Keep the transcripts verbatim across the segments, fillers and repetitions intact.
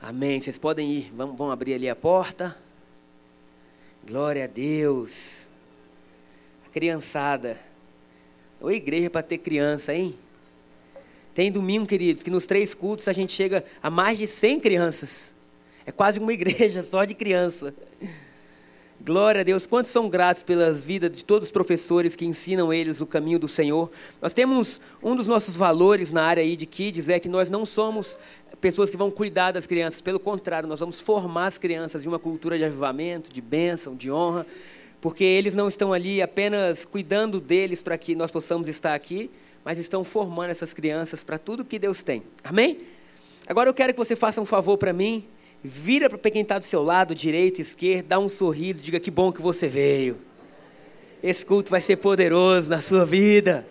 Amém. Vocês podem ir. Vamos, vamos abrir ali a porta. Glória a Deus. A criançada. Ô igreja para ter criança, hein? Tem domingo, queridos, que nos três cultos a gente chega a mais de cem crianças. É quase uma igreja só de criança. Glória a Deus. Quantos são gratos pelas vidas de todos os professores que ensinam eles o caminho do Senhor. Nós temos um dos nossos valores na área aí de Kids, é que nós não somos pessoas que vão cuidar das crianças. Pelo contrário, nós vamos formar as crianças em uma cultura de avivamento, de bênção, de honra, porque eles não estão ali apenas cuidando deles para que nós possamos estar aqui, mas estão formando essas crianças para tudo que Deus tem. Amém? Agora eu quero que você faça um favor para mim. Vira para quem está do seu lado, direito, esquerdo, dá um sorriso, diga que bom que você veio. Esse culto vai ser poderoso na sua vida.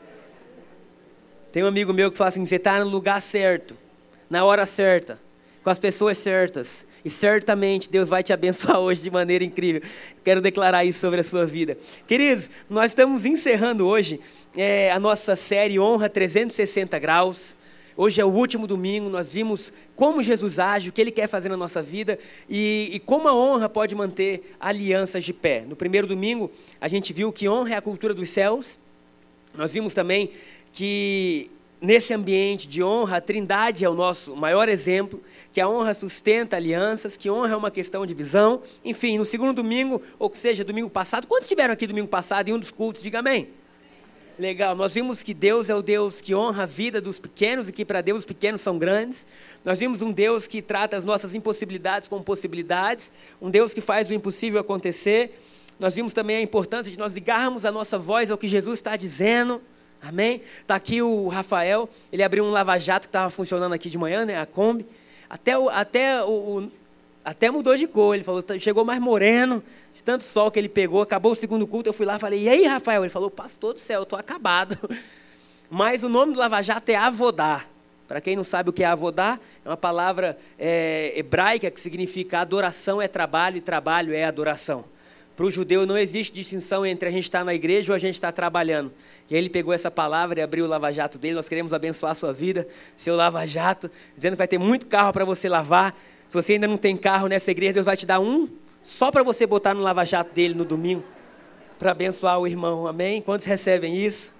Tem um amigo meu que fala assim, você está no lugar certo, na hora certa, com as pessoas certas. E certamente Deus vai te abençoar hoje de maneira incrível. Quero declarar isso sobre a sua vida. Queridos, nós estamos encerrando hoje é, a nossa série Honra trezentos e sessenta graus. Hoje é o último domingo, nós vimos como Jesus age, o que Ele quer fazer na nossa vida e, e como a honra pode manter alianças de pé. No primeiro domingo, a gente viu que honra é a cultura dos céus. Nós vimos também que nesse ambiente de honra, a Trindade é o nosso maior exemplo, que a honra sustenta alianças, que honra é uma questão de visão. Enfim, no segundo domingo, ou seja, domingo passado, quantos estiveram aqui domingo passado em um dos cultos? Diga amém. Legal, nós vimos que Deus é o Deus que honra a vida dos pequenos e que para Deus os pequenos são grandes. Nós vimos um Deus que trata as nossas impossibilidades como possibilidades, um Deus que faz o impossível acontecer. Nós vimos também a importância de nós ligarmos a nossa voz ao que Jesus está dizendo. Amém? Está aqui o Rafael, ele abriu um lava-jato que estava funcionando aqui de manhã, né, a Kombi. Até o... Até o, o Até mudou de cor, ele falou, chegou mais moreno, de tanto sol que ele pegou, acabou o segundo culto, eu fui lá e falei, e aí, Rafael? Ele falou, pastor do céu, eu estou acabado. Mas o nome do lava-jato é avodar. Para quem não sabe o que é avodar, é uma palavra é, hebraica que significa adoração é trabalho e trabalho é adoração. Para o judeu não existe distinção entre a gente estar na igreja ou a gente estar trabalhando. E aí ele pegou essa palavra e abriu o lava-jato dele, nós queremos abençoar a sua vida, seu lava-jato, dizendo que vai ter muito carro para você lavar. Se você ainda não tem carro nessa igreja, Deus vai te dar um, só para você botar no lava-jato dele no domingo, para abençoar o irmão, amém? Quantos recebem isso?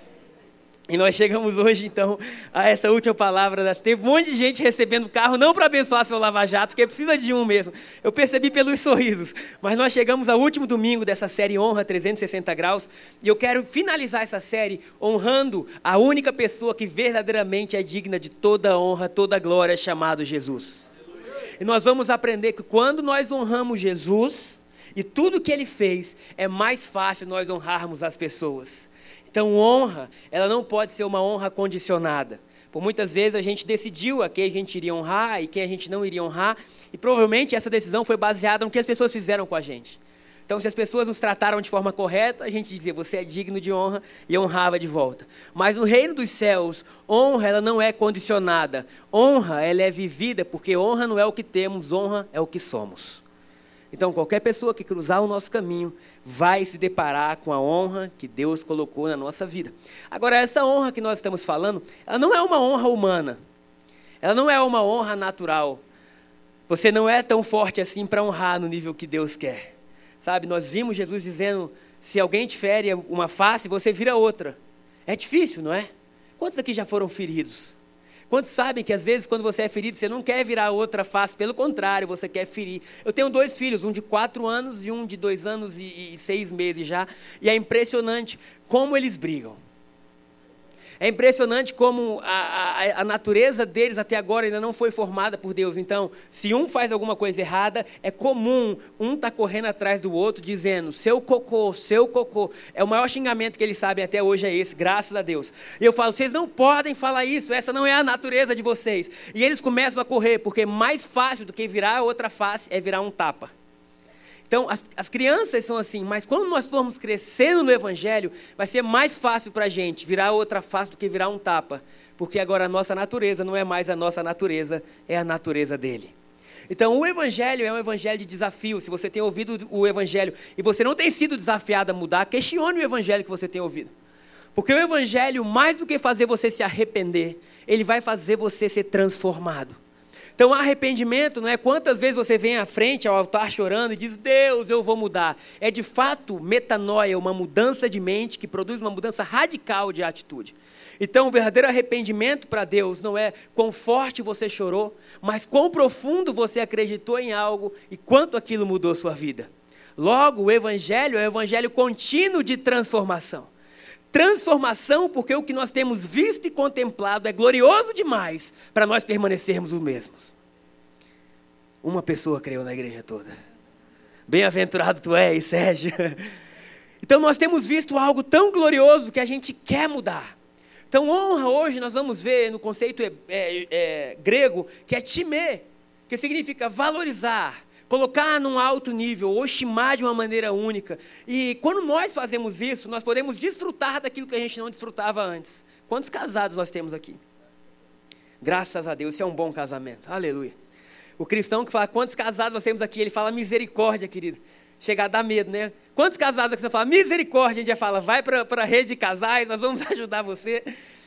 E nós chegamos hoje, então, a essa última palavra. Teve um monte de gente recebendo carro, não para abençoar seu lava-jato, porque precisa de um mesmo. Eu percebi pelos sorrisos. Mas nós chegamos ao último domingo dessa série Honra trezentos e sessenta graus, e eu quero finalizar essa série honrando a única pessoa que verdadeiramente é digna de toda honra, toda glória, chamado Jesus. E nós vamos aprender que quando nós honramos Jesus e tudo que Ele fez, é mais fácil nós honrarmos as pessoas. Então, honra, ela não pode ser uma honra condicionada. Por muitas vezes a gente decidiu a quem a gente iria honrar e quem a gente não iria honrar, e provavelmente essa decisão foi baseada no que as pessoas fizeram com a gente. Então, se as pessoas nos trataram de forma correta, a gente dizia, você é digno de honra, e honrava de volta. Mas no reino dos céus, honra ela não é condicionada. Honra ela é vivida, porque honra não é o que temos, honra é o que somos. Então, qualquer pessoa que cruzar o nosso caminho vai se deparar com a honra que Deus colocou na nossa vida. Agora, essa honra que nós estamos falando, ela não é uma honra humana. Ela não é uma honra natural. Você não é tão forte assim para honrar no nível que Deus quer. Sabe, nós vimos Jesus dizendo, se alguém te fere uma face, você vira outra. É difícil, não é? Quantos aqui já foram feridos? Quantos sabem que às vezes quando você é ferido, você não quer virar outra face, pelo contrário, você quer ferir. Eu tenho dois filhos, um de quatro anos e um de dois anos e, e seis meses já, e é impressionante como eles brigam. É impressionante como a, a, a natureza deles até agora ainda não foi formada por Deus. Então, se um faz alguma coisa errada, é comum um estar tá correndo atrás do outro, dizendo, seu cocô, seu cocô. É o maior xingamento que eles sabem até hoje é esse, graças a Deus. E eu falo, vocês não podem falar isso, essa não é a natureza de vocês. E eles começam a correr, porque mais fácil do que virar outra face é virar um tapa. Então, as, as crianças são assim, mas quando nós formos crescendo no Evangelho, vai ser mais fácil para a gente virar outra face do que virar um tapa. Porque agora a nossa natureza não é mais a nossa natureza, é a natureza dele. Então, o Evangelho é um Evangelho de desafio. Se você tem ouvido o Evangelho e você não tem sido desafiado a mudar, questione o Evangelho que você tem ouvido. Porque o Evangelho, mais do que fazer você se arrepender, ele vai fazer você ser transformado. Então, arrependimento não é quantas vezes você vem à frente ao altar chorando e diz, Deus, eu vou mudar. É de fato metanoia, uma mudança de mente que produz uma mudança radical de atitude. Então, o verdadeiro arrependimento para Deus não é quão forte você chorou, mas quão profundo você acreditou em algo e quanto aquilo mudou sua vida. Logo, o evangelho é um evangelho contínuo de transformação. Transformação porque o que nós temos visto e contemplado é glorioso demais para nós permanecermos os mesmos. Uma pessoa creu na igreja toda. Bem-aventurado tu és, Sérgio. Então nós temos visto algo tão glorioso que a gente quer mudar. Então honra hoje nós vamos ver no conceito é, é, é, grego que é timê, que significa valorizar, colocar num alto nível, ou estimar de uma maneira única. E quando nós fazemos isso, nós podemos desfrutar daquilo que a gente não desfrutava antes. Quantos casados nós temos aqui? Graças a Deus, isso é um bom casamento. Aleluia. O cristão que fala, quantos casados nós temos aqui? Ele fala misericórdia, querido. Chega a dar medo, né? Quantos casados aqui você fala misericórdia? A gente já fala, vai para a rede de casais, nós vamos ajudar você.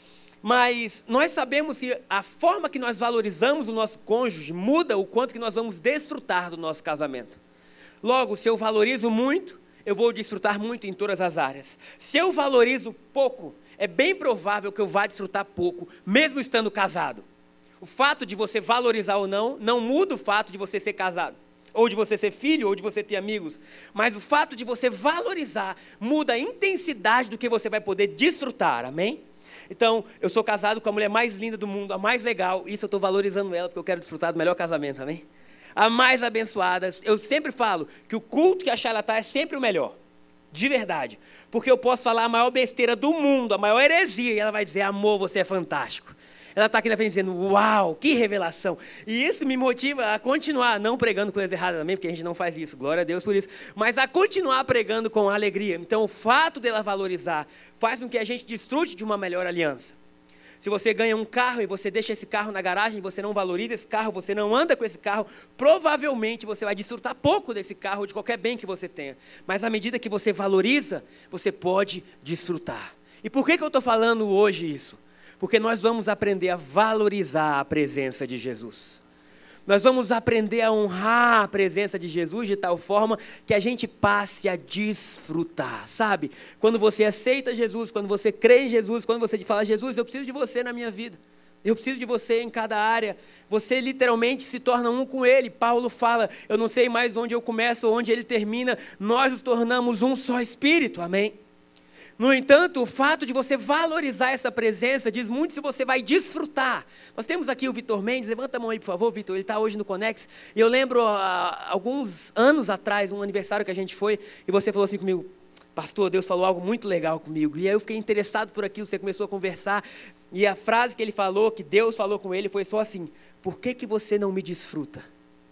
Mas nós sabemos que a forma que nós valorizamos o nosso cônjuge muda o quanto que nós vamos desfrutar do nosso casamento. Logo, se eu valorizo muito, eu vou desfrutar muito em todas as áreas. Se eu valorizo pouco, é bem provável que eu vá desfrutar pouco, mesmo estando casado. O fato de você valorizar ou não, não muda o fato de você ser casado. Ou de você ser filho, ou de você ter amigos. Mas o fato de você valorizar muda a intensidade do que você vai poder desfrutar, amém? Então, eu sou casado com a mulher mais linda do mundo, a mais legal. Isso eu estou valorizando ela, porque eu quero desfrutar do melhor casamento, amém? A mais abençoada. Eu sempre falo que o culto que a Shayla está é sempre o melhor. De verdade. Porque eu posso falar a maior besteira do mundo, a maior heresia, e ela vai dizer, amor, você é fantástico. Ela está aqui na frente dizendo, uau, que revelação. E isso me motiva a continuar, não pregando coisas erradas também, porque a gente não faz isso, glória a Deus por isso. Mas a continuar pregando com alegria. Então, o fato dela valorizar faz com que a gente desfrute de uma melhor aliança. Se você ganha um carro e você deixa esse carro na garagem, você não valoriza esse carro, você não anda com esse carro, provavelmente você vai desfrutar pouco desse carro, de qualquer bem que você tenha. Mas à medida que você valoriza, você pode desfrutar. E por que que eu estou falando hoje isso? Porque nós vamos aprender a valorizar a presença de Jesus. Nós vamos aprender a honrar a presença de Jesus de tal forma que a gente passe a desfrutar, sabe? Quando você aceita Jesus, quando você crê em Jesus, quando você fala, Jesus, eu preciso de você na minha vida. Eu preciso de você em cada área. Você literalmente se torna um com Ele. Paulo fala, eu não sei mais onde eu começo ou onde Ele termina. Nós nos tornamos um só Espírito, amém? No entanto, o fato de você valorizar essa presença diz muito se você vai desfrutar. Nós temos aqui o Vitor Mendes, levanta a mão aí, por favor, Vitor, ele está hoje no Conex. E eu lembro, há alguns anos atrás, um aniversário que a gente foi, e você falou assim comigo, pastor, Deus falou algo muito legal comigo. E aí eu fiquei interessado por aquilo, você começou a conversar, e a frase que ele falou, que Deus falou com ele, foi só assim, por que que você não me desfruta?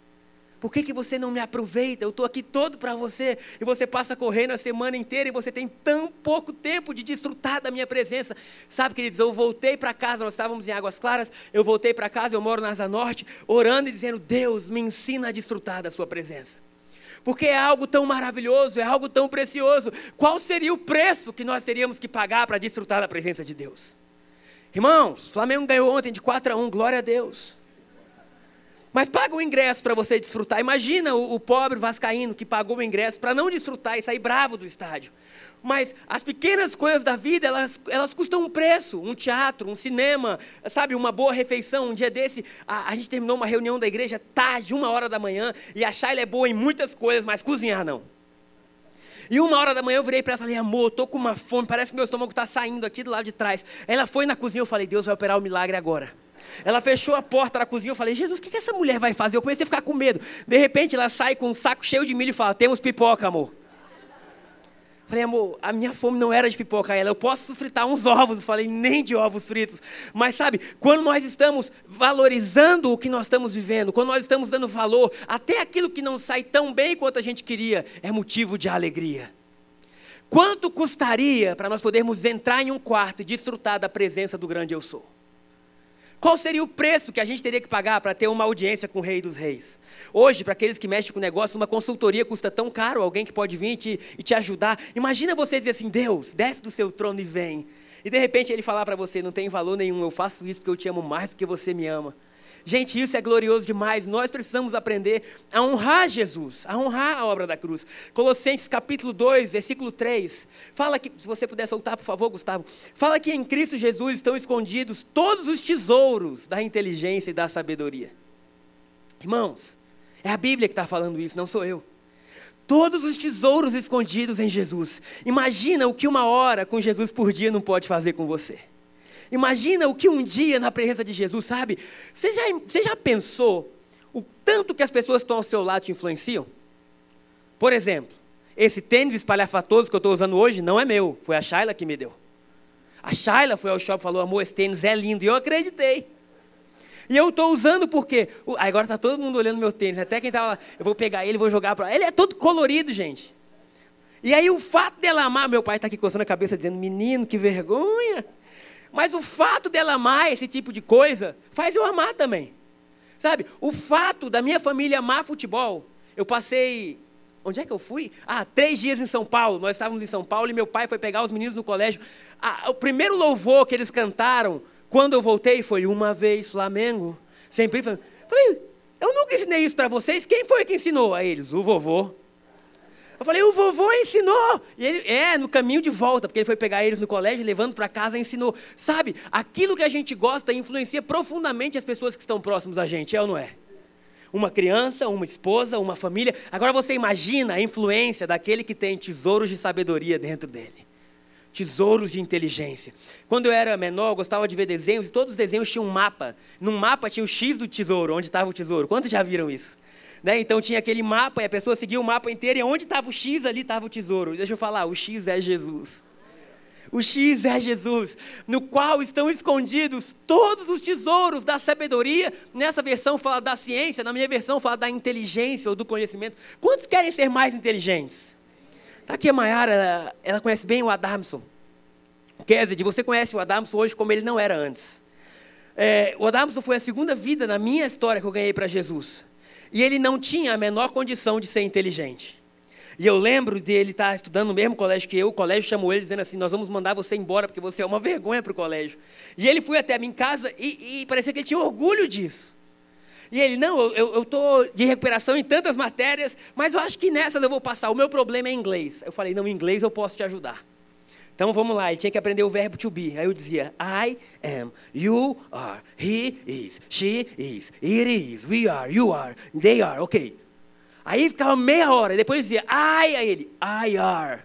Por que que você não me aproveita? Eu estou aqui todo para você. E você passa correndo a semana inteira e você tem tão pouco tempo de desfrutar da minha presença. Sabe, queridos, eu voltei para casa, nós estávamos em Águas Claras, eu voltei para casa, eu moro na Asa Norte, orando e dizendo, Deus, me ensina a desfrutar da sua presença. Porque é algo tão maravilhoso, é algo tão precioso. Qual seria o preço que nós teríamos que pagar para desfrutar da presença de Deus? Irmãos, o Flamengo ganhou ontem de quatro a um, glória a Deus. Mas paga o ingresso para você desfrutar. Imagina o, o pobre vascaíno que pagou o ingresso para não desfrutar e sair bravo do estádio. Mas as pequenas coisas da vida, elas, elas custam um preço. Um teatro, um cinema, sabe, uma boa refeição. Um dia desse, a, a gente terminou uma reunião da igreja tarde, uma hora da manhã, e a Shayla é boa em muitas coisas, mas cozinhar não. E uma hora da manhã eu virei para ela e falei, amor, estou com uma fome, parece que meu estômago está saindo aqui do lado de trás. Ela foi na cozinha, eu falei, Deus vai operar o milagre agora. Ela fechou a porta da cozinha, eu falei, Jesus, o que, que essa mulher vai fazer? Eu comecei a ficar com medo. De repente ela sai com um saco cheio de milho e fala, temos pipoca, amor. Falei, amor, a minha fome não era de pipoca. Ela, eu posso fritar uns ovos. Eu falei, nem de ovos fritos. Mas sabe, quando nós estamos valorizando o que nós estamos vivendo, quando nós estamos dando valor, até aquilo que não sai tão bem quanto a gente queria, é motivo de alegria. Quanto custaria para nós podermos entrar em um quarto e desfrutar da presença do grande eu sou? Qual seria o preço que a gente teria que pagar para ter uma audiência com o Rei dos Reis? Hoje, para aqueles que mexem com negócio, uma consultoria custa tão caro, alguém que pode vir te, e te ajudar. Imagina você dizer assim, Deus, desce do seu trono e vem. E de repente ele falar para você, não tem valor nenhum, eu faço isso porque eu te amo mais do que você me ama. Gente, isso é glorioso demais. Nós precisamos aprender a honrar Jesus, a honrar a obra da cruz. Colossenses capítulo dois, versículo três. Fala que, se você puder soltar, por favor, Gustavo. Fala que em Cristo Jesus estão escondidos todos os tesouros da inteligência e da sabedoria. Irmãos, é a Bíblia que está falando isso, não sou eu. Todos os tesouros escondidos em Jesus. Imagina o que uma hora com Jesus por dia não pode fazer com você. Imagina o que um dia na presença de Jesus, sabe? Você já, você já pensou o tanto que as pessoas que estão ao seu lado te influenciam? Por exemplo, esse tênis espalhafatoso que eu estou usando hoje não é meu, foi a Shayla que me deu. A Shayla foi ao shopping e falou, amor, esse tênis é lindo, e eu acreditei. E eu estou usando porque, agora está todo mundo olhando meu tênis, até quem estava lá, eu vou pegar ele e vou jogar para... Ele é todo colorido, gente. E aí o fato dela amar, meu pai está aqui coçando a cabeça dizendo, menino, que vergonha. Mas o fato dela amar esse tipo de coisa, faz eu amar também. Sabe, o fato da minha família amar futebol, eu passei... Onde é que eu fui? Ah, três dias em São Paulo. Nós estávamos em São Paulo e meu pai foi pegar os meninos no colégio. Ah, o primeiro louvor que eles cantaram, quando eu voltei, foi Uma Vez Flamengo. Sempre falei, eu nunca ensinei isso para vocês. Quem foi que ensinou a eles? O vovô. Eu falei, o vovô ensinou. E ele, é, no caminho de volta, porque ele foi pegar eles no colégio, levando para casa, ensinou. Sabe, aquilo que a gente gosta influencia profundamente as pessoas que estão próximas a gente, é ou não é? Uma criança, uma esposa, uma família. Agora você imagina a influência daquele que tem tesouros de sabedoria dentro dele. Tesouros de inteligência. Quando eu era menor, eu gostava de ver desenhos, e todos os desenhos tinham um mapa. Num mapa tinha o X do tesouro, onde estava o tesouro. Quantos já viram isso? Né? Então tinha aquele mapa, e a pessoa seguia o mapa inteiro, e onde estava o X, ali estava o tesouro. Deixa eu falar, o X é Jesus. O X é Jesus, no qual estão escondidos todos os tesouros da sabedoria. Nessa versão fala da ciência, na minha versão fala da inteligência ou do conhecimento. Quantos querem ser mais inteligentes? Está aqui a Mayara, ela, ela conhece bem o Adamson. Kézid, você conhece o Adamson hoje como ele não era antes. É, o Adamson foi a segunda vida na minha história que eu ganhei para Jesus. E ele não tinha a menor condição de ser inteligente. E eu lembro dele estar estudando no mesmo colégio que eu, o colégio chamou ele dizendo assim, nós vamos mandar você embora porque você é uma vergonha para o colégio. E ele foi até a minha casa e, e parecia que ele tinha orgulho disso. E ele, não, eu estou de recuperação em tantas matérias, mas eu acho que nessas eu vou passar, o meu problema é inglês. Eu falei, não, em inglês eu posso te ajudar. Então vamos lá, ele tinha que aprender o verbo to be. Aí eu dizia, I am, you are, he is, she is, it is, we are, you are, they are, ok. Aí ficava meia hora, depois dizia, ai, aí ele, I are.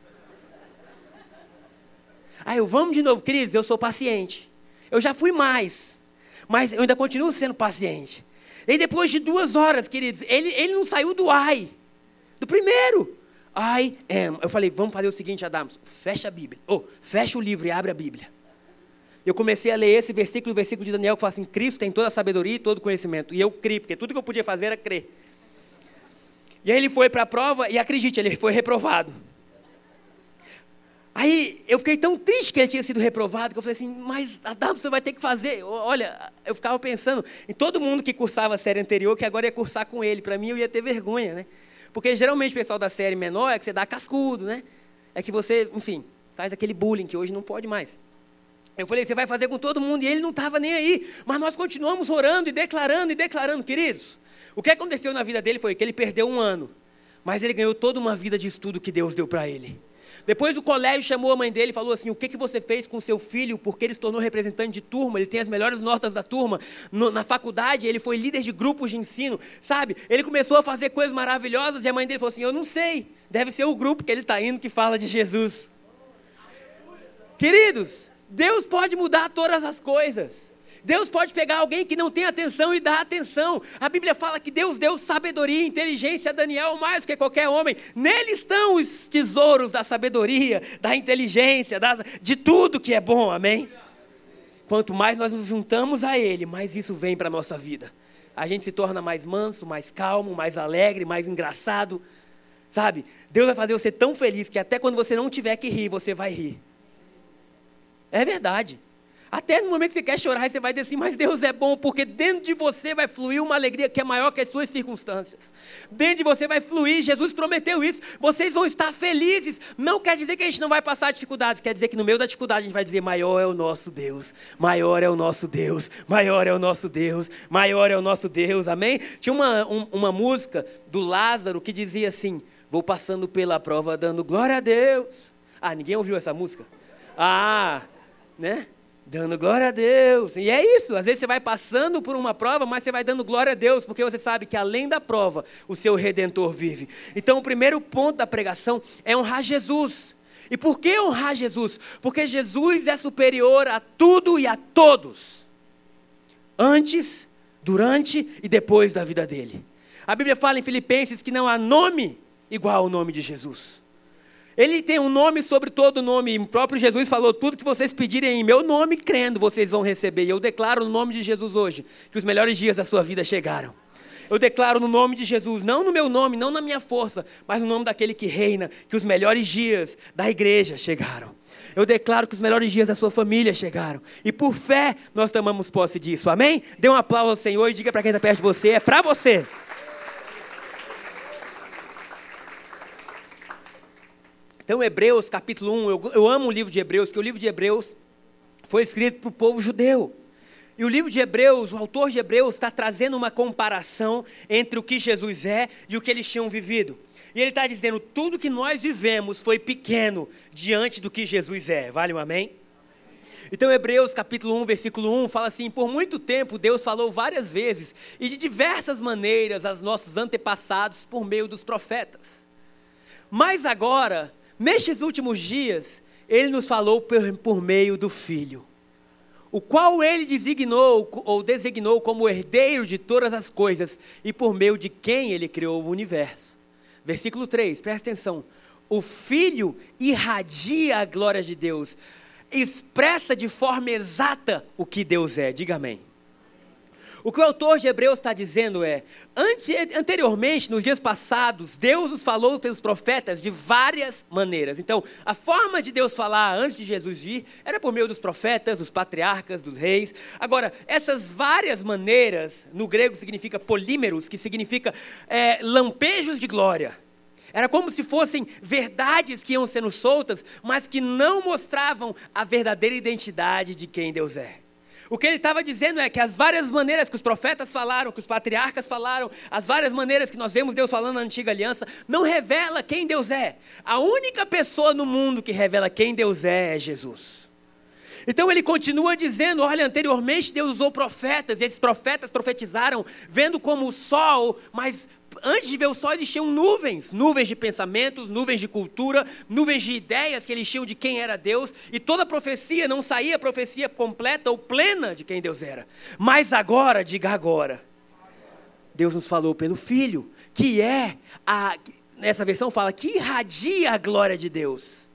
Aí eu, vamos de novo, queridos, eu sou paciente. Eu já fui mais, mas eu ainda continuo sendo paciente. E depois de duas horas, queridos, ele, ele não saiu do I, do primeiro. I am. Eu falei, vamos fazer o seguinte, Adams, fecha a Bíblia. Oh, fecha o livro e abre a Bíblia. Eu comecei a ler esse versículo, o versículo de Daniel, que fala assim, Cristo tem toda a sabedoria e todo o conhecimento. E eu criei, porque tudo que eu podia fazer era crer. E aí ele foi para a prova e acredite, ele foi reprovado. Aí eu fiquei tão triste que ele tinha sido reprovado, que eu falei assim, mas Adão, você vai ter que fazer. Olha, eu ficava pensando em todo mundo que cursava a série anterior, que agora ia cursar com ele. Para mim eu ia ter vergonha, né? Porque geralmente o pessoal da série menor é que você dá cascudo, né? É que você, enfim, faz aquele bullying que hoje não pode mais. Eu falei, você vai fazer com todo mundo, e ele não estava nem aí. Mas nós continuamos orando e declarando e declarando, queridos. O que aconteceu na vida dele foi que ele perdeu um ano, mas ele ganhou toda uma vida de estudo que Deus deu para ele. Depois o colégio chamou a mãe dele e falou assim, o que, que você fez com seu filho, porque ele se tornou representante de turma, ele tem as melhores notas da turma. No, na faculdade ele foi líder de grupos de ensino, sabe? Ele começou a fazer coisas maravilhosas e a mãe dele falou assim, eu não sei, deve ser o grupo que ele está indo que fala de Jesus. Queridos, Deus pode mudar todas as coisas. Deus pode pegar alguém que não tem atenção e dar atenção. A Bíblia fala que Deus deu sabedoria e inteligência a Daniel mais do que qualquer homem. Nele estão os tesouros da sabedoria, da inteligência, das, de tudo que é bom, amém? Quanto mais nós nos juntamos a Ele, mais isso vem para a nossa vida. A gente se torna mais manso, mais calmo, mais alegre, mais engraçado. Sabe? Deus vai fazer você tão feliz que até quando você não tiver que rir, você vai rir. É verdade. Até no momento que você quer chorar, você vai dizer assim, mas Deus é bom, porque dentro de você vai fluir uma alegria que é maior que as suas circunstâncias. Dentro de você vai fluir, Jesus prometeu isso, vocês vão estar felizes. Não quer dizer que a gente não vai passar dificuldades, quer dizer que no meio da dificuldade a gente vai dizer, maior é o nosso Deus, maior é o nosso Deus, maior é o nosso Deus, maior é o nosso Deus, amém? Tinha uma, um, uma música do Lázaro que dizia assim, vou passando pela prova dando glória a Deus. Ah, ninguém ouviu essa música? Ah, né? Dando glória a Deus. E é isso, às vezes você vai passando por uma prova, mas você vai dando glória a Deus, porque você sabe que além da prova, o seu Redentor vive. Então o primeiro ponto da pregação é honrar Jesus. E por que honrar Jesus? Porque Jesus é superior a tudo e a todos. Antes, durante e depois da vida dele. A Bíblia fala em Filipenses que não há nome igual ao nome de Jesus. Ele tem um nome sobre todo nome, e o próprio Jesus falou, tudo que vocês pedirem em meu nome, crendo, vocês vão receber. E eu declaro no nome de Jesus hoje, que os melhores dias da sua vida chegaram. Eu declaro no nome de Jesus, não no meu nome, não na minha força, mas no nome daquele que reina, que os melhores dias da igreja chegaram. Eu declaro que os melhores dias da sua família chegaram. E por fé, nós tomamos posse disso, amém? Dê um aplauso ao Senhor e diga para quem está perto de você, é para você. Então, Hebreus capítulo um, eu, eu amo o livro de Hebreus, porque o livro de Hebreus foi escrito para o povo judeu. E o livro de Hebreus, o autor de Hebreus está trazendo uma comparação entre o que Jesus é e o que eles tinham vivido. E ele está dizendo, tudo que nós vivemos foi pequeno diante do que Jesus é. Vale um amém? Então, Hebreus capítulo um, versículo um, fala assim, por muito tempo Deus falou várias vezes e de diversas maneiras aos nossos antepassados por meio dos profetas. Mas agora, nestes últimos dias, ele nos falou por, por meio do Filho, o qual ele designou ou designou como herdeiro de todas as coisas e por meio de quem ele criou o universo. Versículo três, presta atenção. O Filho irradia a glória de Deus, expressa de forma exata o que Deus é. Diga amém. O que o autor de Hebreus está dizendo é, ante, anteriormente, nos dias passados, Deus nos falou pelos profetas de várias maneiras. Então, a forma de Deus falar antes de Jesus vir, era por meio dos profetas, dos patriarcas, dos reis. Agora, essas várias maneiras, no grego significa polímeros, que significa é, lampejos de glória. Era como se fossem verdades que iam sendo soltas, mas que não mostravam a verdadeira identidade de quem Deus é. O que ele estava dizendo é que as várias maneiras que os profetas falaram, que os patriarcas falaram, as várias maneiras que nós vemos Deus falando na antiga aliança, não revela quem Deus é. A única pessoa no mundo que revela quem Deus é, é Jesus. Então ele continua dizendo, olha, anteriormente Deus usou profetas, e esses profetas profetizaram, vendo como o sol, mas antes de ver o sol eles tinham nuvens, nuvens de pensamentos, nuvens de cultura, nuvens de ideias que eles tinham de quem era Deus, e toda profecia, não saía a profecia completa ou plena de quem Deus era. Mas agora, diga agora, Deus nos falou pelo Filho, que é, a, nessa versão fala, que irradia a glória de Deus.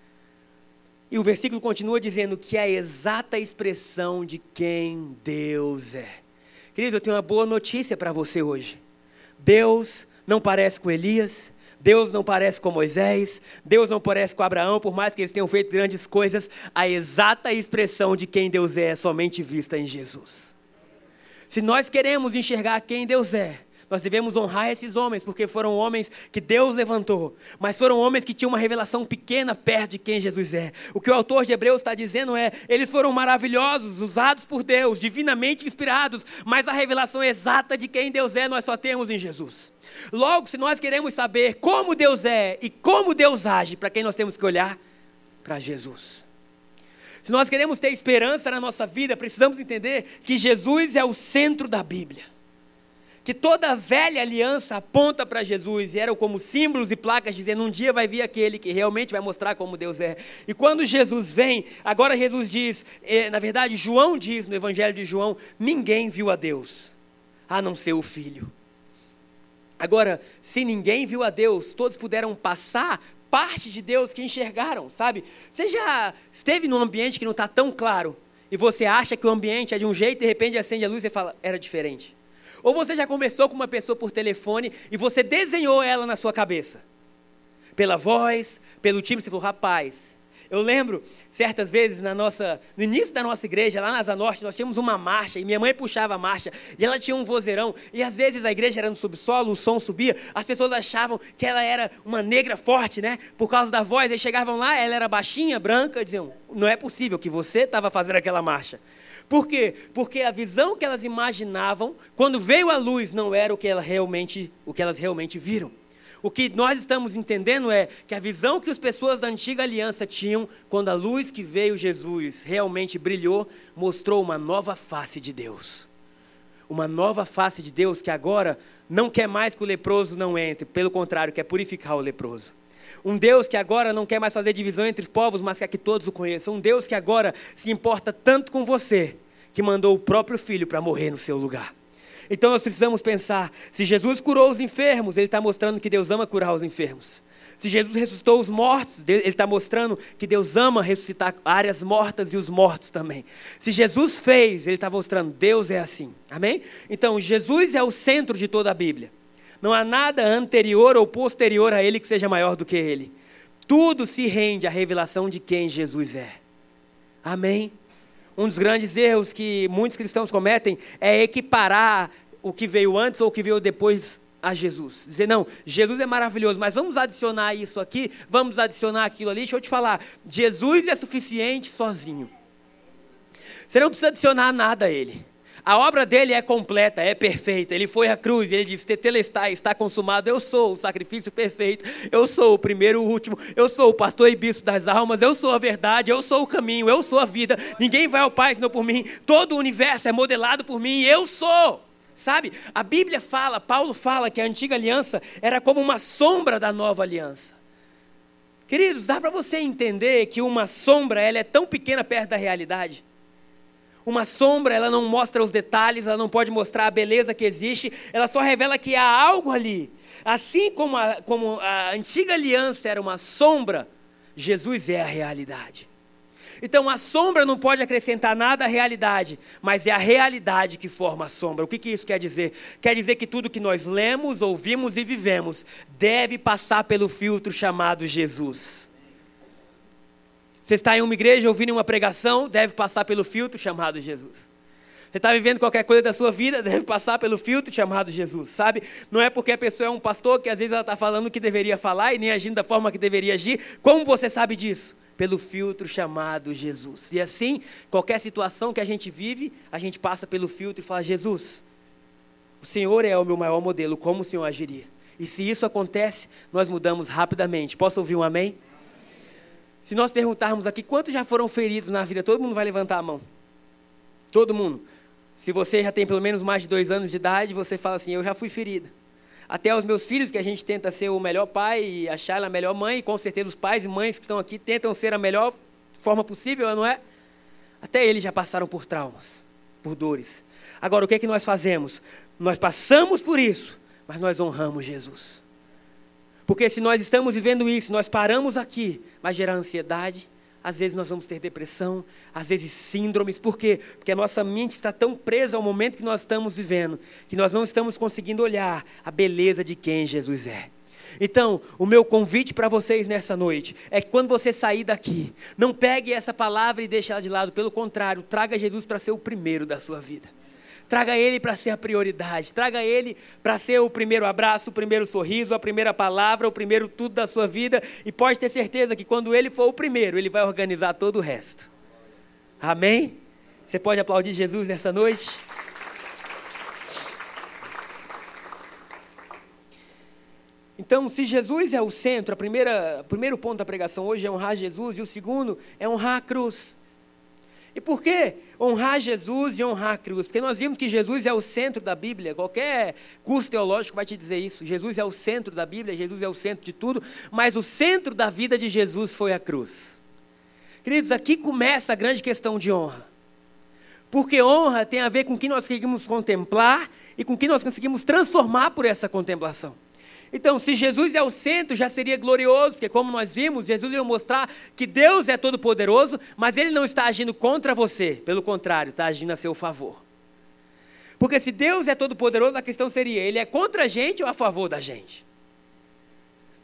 E o versículo continua dizendo que é a exata expressão de quem Deus é. Querido, eu tenho uma boa notícia para você hoje. Deus não parece com Elias, Deus não parece com Moisés, Deus não parece com Abraão, por mais que eles tenham feito grandes coisas, a exata expressão de quem Deus é é somente vista em Jesus. Se nós queremos enxergar quem Deus é, nós devemos honrar esses homens, porque foram homens que Deus levantou, mas foram homens que tinham uma revelação pequena perto de quem Jesus é. O que o autor de Hebreus está dizendo é, eles foram maravilhosos, usados por Deus, divinamente inspirados, mas a revelação exata de quem Deus é, nós só temos em Jesus. Logo, se nós queremos saber como Deus é e como Deus age, para quem nós temos que olhar? Para Jesus. Se nós queremos ter esperança na nossa vida, precisamos entender que Jesus é o centro da Bíblia. Que toda a velha aliança aponta para Jesus, e eram como símbolos e placas dizendo, um dia vai vir aquele que realmente vai mostrar como Deus é. E quando Jesus vem, agora Jesus diz, eh, na verdade João diz no Evangelho de João, ninguém viu a Deus, a não ser o Filho. Agora, se ninguém viu a Deus, todos puderam passar parte de Deus que enxergaram, sabe? Você já esteve num ambiente que não está tão claro, e você acha que o ambiente é de um jeito, e de repente acende a luz e você fala, era diferente. Ou você já conversou com uma pessoa por telefone e você desenhou ela na sua cabeça. Pela voz, pelo timbre, você falou, rapaz, Eu lembro, certas vezes, na nossa, no início da nossa igreja, lá na Asa Norte, nós tínhamos uma marcha, e minha mãe puxava a marcha, e ela tinha um vozeirão, e às vezes a igreja era no subsolo, o som subia, as pessoas achavam que ela era uma negra forte, né, por causa da voz, aí chegavam lá, ela era baixinha, branca, e diziam, não é possível que você estava fazendo aquela marcha. Por quê? Porque a visão que elas imaginavam, quando veio a luz, não era o que, ela realmente, o que elas realmente viram. O que nós estamos entendendo é que a visão que as pessoas da antiga aliança tinham, quando a luz que veio Jesus realmente brilhou, mostrou uma nova face de Deus. Uma nova face de Deus que agora não quer mais que o leproso não entre, pelo contrário, quer purificar o leproso. Um Deus que agora não quer mais fazer divisão entre os povos, mas quer que todos o conheçam. Um Deus que agora se importa tanto com você, que mandou o próprio Filho para morrer no seu lugar. Então nós precisamos pensar, se Jesus curou os enfermos, Ele está mostrando que Deus ama curar os enfermos. Se Jesus ressuscitou os mortos, Ele está mostrando que Deus ama ressuscitar áreas mortas e os mortos também. Se Jesus fez, Ele está mostrando, Deus é assim. Amém? Então Jesus é o centro de toda a Bíblia. Não há nada anterior ou posterior a Ele que seja maior do que Ele. Tudo se rende à revelação de quem Jesus é. Amém? Um dos grandes erros que muitos cristãos cometem é equiparar o que veio antes ou o que veio depois a Jesus. Dizer, não, Jesus é maravilhoso, mas vamos adicionar isso aqui, vamos adicionar aquilo ali. Deixa eu te falar, Jesus é suficiente sozinho. Você não precisa adicionar nada a Ele. A obra dele é completa, é perfeita. Ele foi à cruz, ele disse, tetelestai, está consumado. Eu sou o sacrifício perfeito, eu sou o primeiro e o último, eu sou o pastor e bispo das almas, eu sou a verdade, eu sou o caminho, eu sou a vida. Ninguém vai ao Pai senão por mim. Todo o universo é modelado por mim, eu sou. Sabe, a Bíblia fala, Paulo fala que a antiga aliança era como uma sombra da nova aliança. Queridos, dá para você entender que uma sombra ela é tão pequena perto da realidade? Uma sombra, ela não mostra os detalhes, ela não pode mostrar a beleza que existe, ela só revela que há algo ali. Assim como a, como a antiga aliança era uma sombra, Jesus é a realidade. Então a sombra não pode acrescentar nada à realidade, mas é a realidade que forma a sombra. O que, que isso quer dizer? Quer dizer que tudo que nós lemos, ouvimos e vivemos deve passar pelo filtro chamado Jesus. Você está em uma igreja ouvindo uma pregação, deve passar pelo filtro chamado Jesus. Você está vivendo qualquer coisa da sua vida, deve passar pelo filtro chamado Jesus, sabe? Não é porque a pessoa é um pastor que às vezes ela está falando o que deveria falar e nem agindo da forma que deveria agir. Como você sabe disso? Pelo filtro chamado Jesus. E assim, qualquer situação que a gente vive, a gente passa pelo filtro e fala, Jesus, o Senhor é o meu maior modelo, como o Senhor agiria? E se isso acontece, nós mudamos rapidamente. Posso ouvir um amém? Se nós perguntarmos aqui, quantos já foram feridos na vida? Todo mundo vai levantar a mão. Todo mundo. Se você já tem pelo menos mais de dois anos de idade, você fala assim, eu já fui ferido. Até os meus filhos, que a gente tenta ser o melhor pai e achar a melhor mãe, e com certeza os pais e mães que estão aqui tentam ser a melhor forma possível, não é? Até eles já passaram por traumas, por dores. Agora, o que é que nós fazemos? Nós passamos por isso, mas nós honramos Jesus. Porque se nós estamos vivendo isso, nós paramos aqui, vai gerar ansiedade, às vezes nós vamos ter depressão, às vezes síndromes. Por quê? Porque a nossa mente está tão presa ao momento que nós estamos vivendo, que nós não estamos conseguindo olhar a beleza de quem Jesus é. Então, o meu convite para vocês nessa noite é que quando você sair daqui, não pegue essa palavra e deixe ela de lado, pelo contrário, traga Jesus para ser o primeiro da sua vida. Traga Ele para ser a prioridade, traga Ele para ser o primeiro abraço, o primeiro sorriso, a primeira palavra, o primeiro tudo da sua vida. E pode ter certeza que quando Ele for o primeiro, Ele vai organizar todo o resto. Amém? Você pode aplaudir Jesus nessa noite? Então, se Jesus é o centro, a primeira, o primeiro ponto da pregação hoje é honrar Jesus, e o segundo é honrar a cruz. E por que honrar Jesus e honrar a cruz? Porque nós vimos que Jesus é o centro da Bíblia. Qualquer curso teológico vai te dizer isso. Jesus é o centro da Bíblia, Jesus é o centro de tudo. Mas o centro da vida de Jesus foi a cruz. Queridos, aqui começa a grande questão de honra. Porque honra tem a ver com o que nós conseguimos contemplar e com o que nós conseguimos transformar por essa contemplação. Então, se Jesus é o centro, já seria glorioso, porque como nós vimos, Jesus veio mostrar que Deus é todo poderoso, mas Ele não está agindo contra você, pelo contrário, está agindo a seu favor. Porque se Deus é todo poderoso, a questão seria, Ele é contra a gente ou a favor da gente?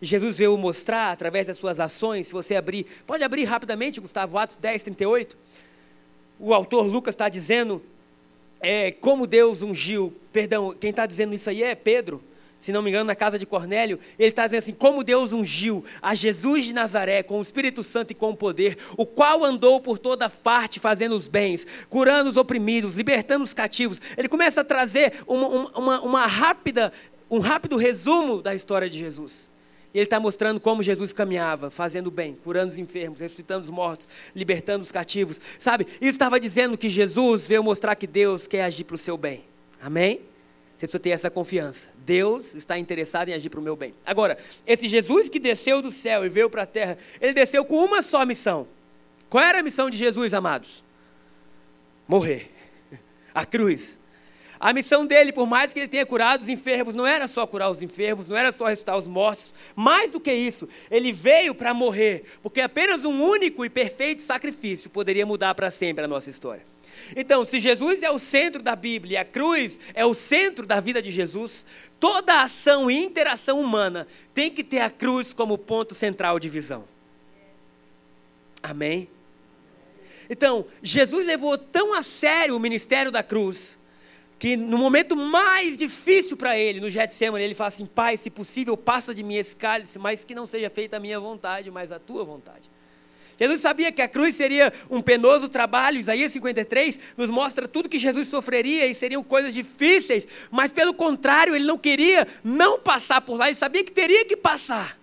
E Jesus veio mostrar através das suas ações. Se você abrir, pode abrir rapidamente, Gustavo, Atos dez, trinta e oito. O autor Lucas está dizendo é, como Deus ungiu, perdão, quem está dizendo isso aí é Pedro, se não me engano, na casa de Cornélio. Ele está dizendo assim, como Deus ungiu a Jesus de Nazaré com o Espírito Santo e com o poder, o qual andou por toda parte fazendo os bens, curando os oprimidos, libertando os cativos. Ele começa a trazer uma, uma, uma rápida, um rápido resumo da história de Jesus. E ele está mostrando como Jesus caminhava, fazendo o bem, curando os enfermos, ressuscitando os mortos, libertando os cativos. Sabe, isso estava dizendo que Jesus veio mostrar que Deus quer agir para o seu bem. Amém? Você precisa ter essa confiança. Deus está interessado em agir para o meu bem. Agora, esse Jesus que desceu do céu e veio para a terra, ele desceu com uma só missão. Qual era a missão de Jesus, amados? Morrer. A cruz. A missão dele, por mais que ele tenha curado os enfermos, não era só curar os enfermos, não era só ressuscitar os mortos. Mais do que isso, ele veio para morrer, porque apenas um único e perfeito sacrifício poderia mudar para sempre a nossa história. Então, se Jesus é o centro da Bíblia e a cruz é o centro da vida de Jesus, toda ação e interação humana tem que ter a cruz como ponto central de visão. Amém? Então, Jesus levou tão a sério o ministério da cruz, que no momento mais difícil para ele, no Getsemane, ele fala assim, Pai, se possível, passa de mim esse cálice, mas que não seja feita a minha vontade, mas a tua vontade. Jesus sabia que a cruz seria um penoso trabalho. Isaías cinquenta e três nos mostra tudo que Jesus sofreria e seriam coisas difíceis, mas pelo contrário, ele não queria não passar por lá, ele sabia que teria que passar.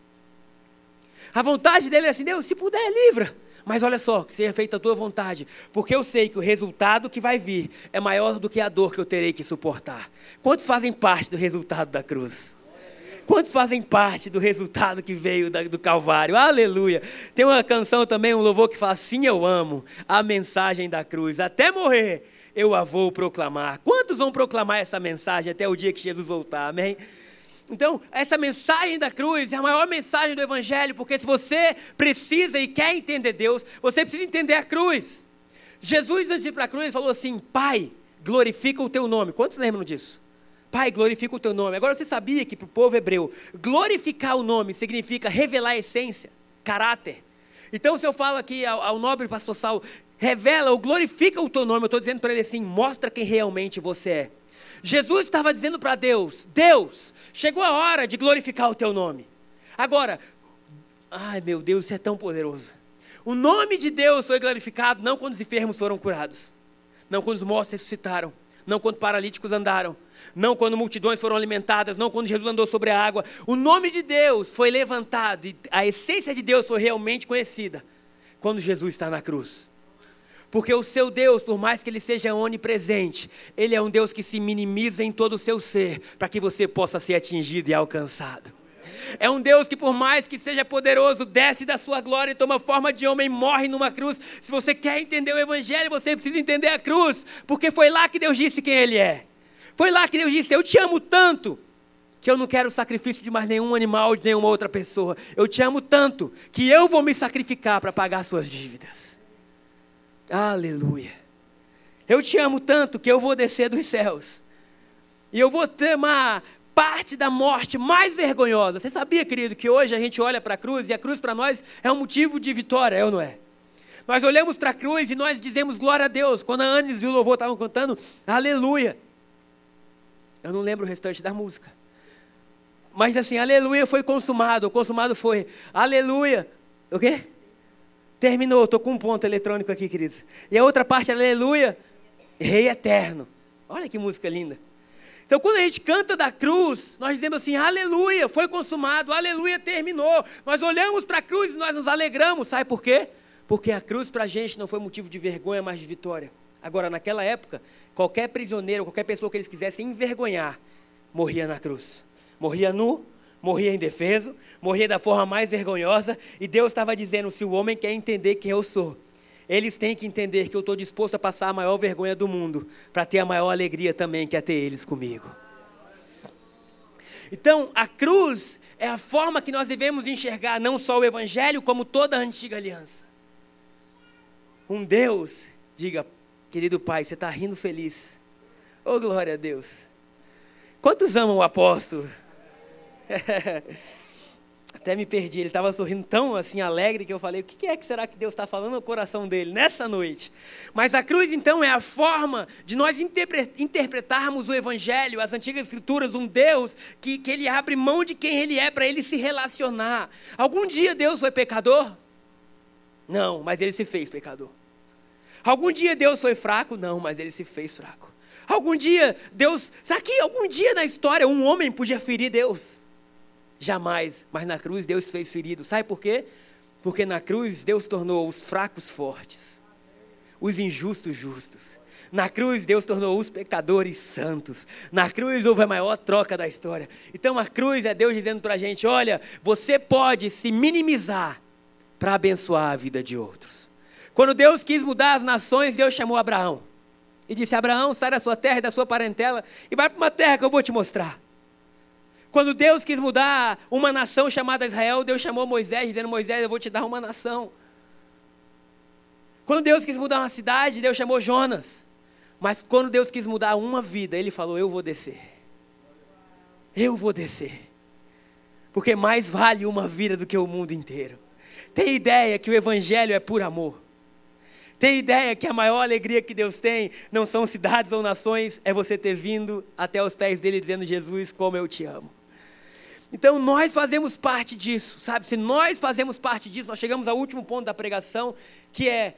A vontade dele é assim, Deus, se puder, livra. Mas olha só, que seja feita a tua vontade, porque eu sei que o resultado que vai vir é maior do que a dor que eu terei que suportar. Quantos fazem parte do resultado da cruz? Quantos fazem parte do resultado que veio do Calvário? Aleluia! Tem uma canção também, um louvor que fala assim, eu amo a mensagem da cruz, até morrer eu a vou proclamar. Quantos vão proclamar essa mensagem até o dia que Jesus voltar? Amém? Então, essa mensagem da cruz é a maior mensagem do Evangelho, porque se você precisa e quer entender Deus, você precisa entender a cruz. Jesus, antes de ir para a cruz, falou assim, Pai, glorifica o teu nome. Quantos lembram disso? Pai, glorifica o teu nome. Agora, você sabia que para o povo hebreu, glorificar o nome significa revelar a essência, caráter. Então, se eu falo aqui ao, ao nobre pastor Saulo, revela ou glorifica o teu nome, eu estou dizendo para ele assim, mostra quem realmente você é. Jesus estava dizendo para Deus, Deus, chegou a hora de glorificar o teu nome. Agora, ai meu Deus, isso é tão poderoso. O nome de Deus foi glorificado não quando os enfermos foram curados, não quando os mortos ressuscitaram, não quando paralíticos andaram, não quando multidões foram alimentadas, não quando Jesus andou sobre a água. O nome de Deus foi levantado e a essência de Deus foi realmente conhecida quando Jesus está na cruz. Porque o seu Deus, por mais que ele seja onipresente, ele é um Deus que se minimiza em todo o seu ser, para que você possa ser atingido e alcançado. É um Deus que, por mais que seja poderoso, desce da sua glória e toma forma de homem e morre numa cruz. Se você quer entender o Evangelho, você precisa entender a cruz, porque foi lá que Deus disse quem ele é. Foi lá que Deus disse, eu te amo tanto, que eu não quero o sacrifício de mais nenhum animal, de nenhuma outra pessoa. Eu te amo tanto, que eu vou me sacrificar para pagar suas dívidas. Aleluia. Eu te amo tanto que eu vou descer dos céus. E eu vou ter uma parte da morte mais vergonhosa. Você sabia, querido, que hoje a gente olha para a cruz e a cruz para nós é um motivo de vitória, é ou não é? Nós olhamos para a cruz e nós dizemos glória a Deus. Quando a Anis e o louvor estavam cantando, aleluia. Eu não lembro o restante da música. Mas assim, aleluia foi consumado. O consumado foi, aleluia. O quê? Terminou, estou com um ponto eletrônico aqui, queridos. E a outra parte, aleluia, Rei eterno. Olha que música linda. Então, quando a gente canta da cruz, nós dizemos assim, aleluia, foi consumado, aleluia, terminou. Nós olhamos para a cruz e nós nos alegramos. Sabe por quê? Porque a cruz para a gente não foi motivo de vergonha, mas de vitória. Agora, naquela época, qualquer prisioneiro, qualquer pessoa que eles quisessem envergonhar, morria na cruz. Morria nu, morria indefeso, morria da forma mais vergonhosa, e Deus estava dizendo, se o homem quer entender quem eu sou, eles têm que entender que eu estou disposto a passar a maior vergonha do mundo, para ter a maior alegria também, que é ter eles comigo. Então, a cruz é a forma que nós devemos enxergar não só o Evangelho, como toda a antiga aliança. Um Deus, diga, querido Pai, você está rindo feliz. Oh, glória a Deus. Quantos amam o apóstolo? até me perdi, ele estava sorrindo tão assim alegre que eu falei, o que é que será que Deus está falando no coração dele nessa noite? Mas a cruz então é a forma de nós interpre- interpretarmos o Evangelho, as antigas escrituras, um Deus que, que ele abre mão de quem ele é para ele se relacionar. Algum dia Deus foi pecador? Não, mas ele se fez pecador. Algum dia Deus foi fraco? Não, mas ele se fez fraco. Algum dia Deus, será que algum dia na história um homem podia ferir Deus? Jamais, mas na cruz Deus fez ferido. Sabe por quê? Porque na cruz Deus tornou os fracos fortes, os injustos justos. Na cruz Deus tornou os pecadores santos. Na cruz houve a maior troca da história. Então a cruz é Deus dizendo para a gente, olha, você pode se minimizar para abençoar a vida de outros. Quando Deus quis mudar as nações, Deus chamou Abraão. E disse, Abraão, sai da sua terra e da sua parentela e vai para uma terra que eu vou te mostrar. Quando Deus quis mudar uma nação chamada Israel, Deus chamou Moisés, dizendo, Moisés, eu vou te dar uma nação. Quando Deus quis mudar uma cidade, Deus chamou Jonas. Mas quando Deus quis mudar uma vida, Ele falou, eu vou descer. Eu vou descer. Porque mais vale uma vida do que o mundo inteiro. Tem ideia que o Evangelho é por amor. Tem ideia que a maior alegria que Deus tem não são cidades ou nações, é você ter vindo até os pés dele dizendo, Jesus, como eu te amo. Então nós fazemos parte disso, sabe? Se nós fazemos parte disso, nós chegamos ao último ponto da pregação, que é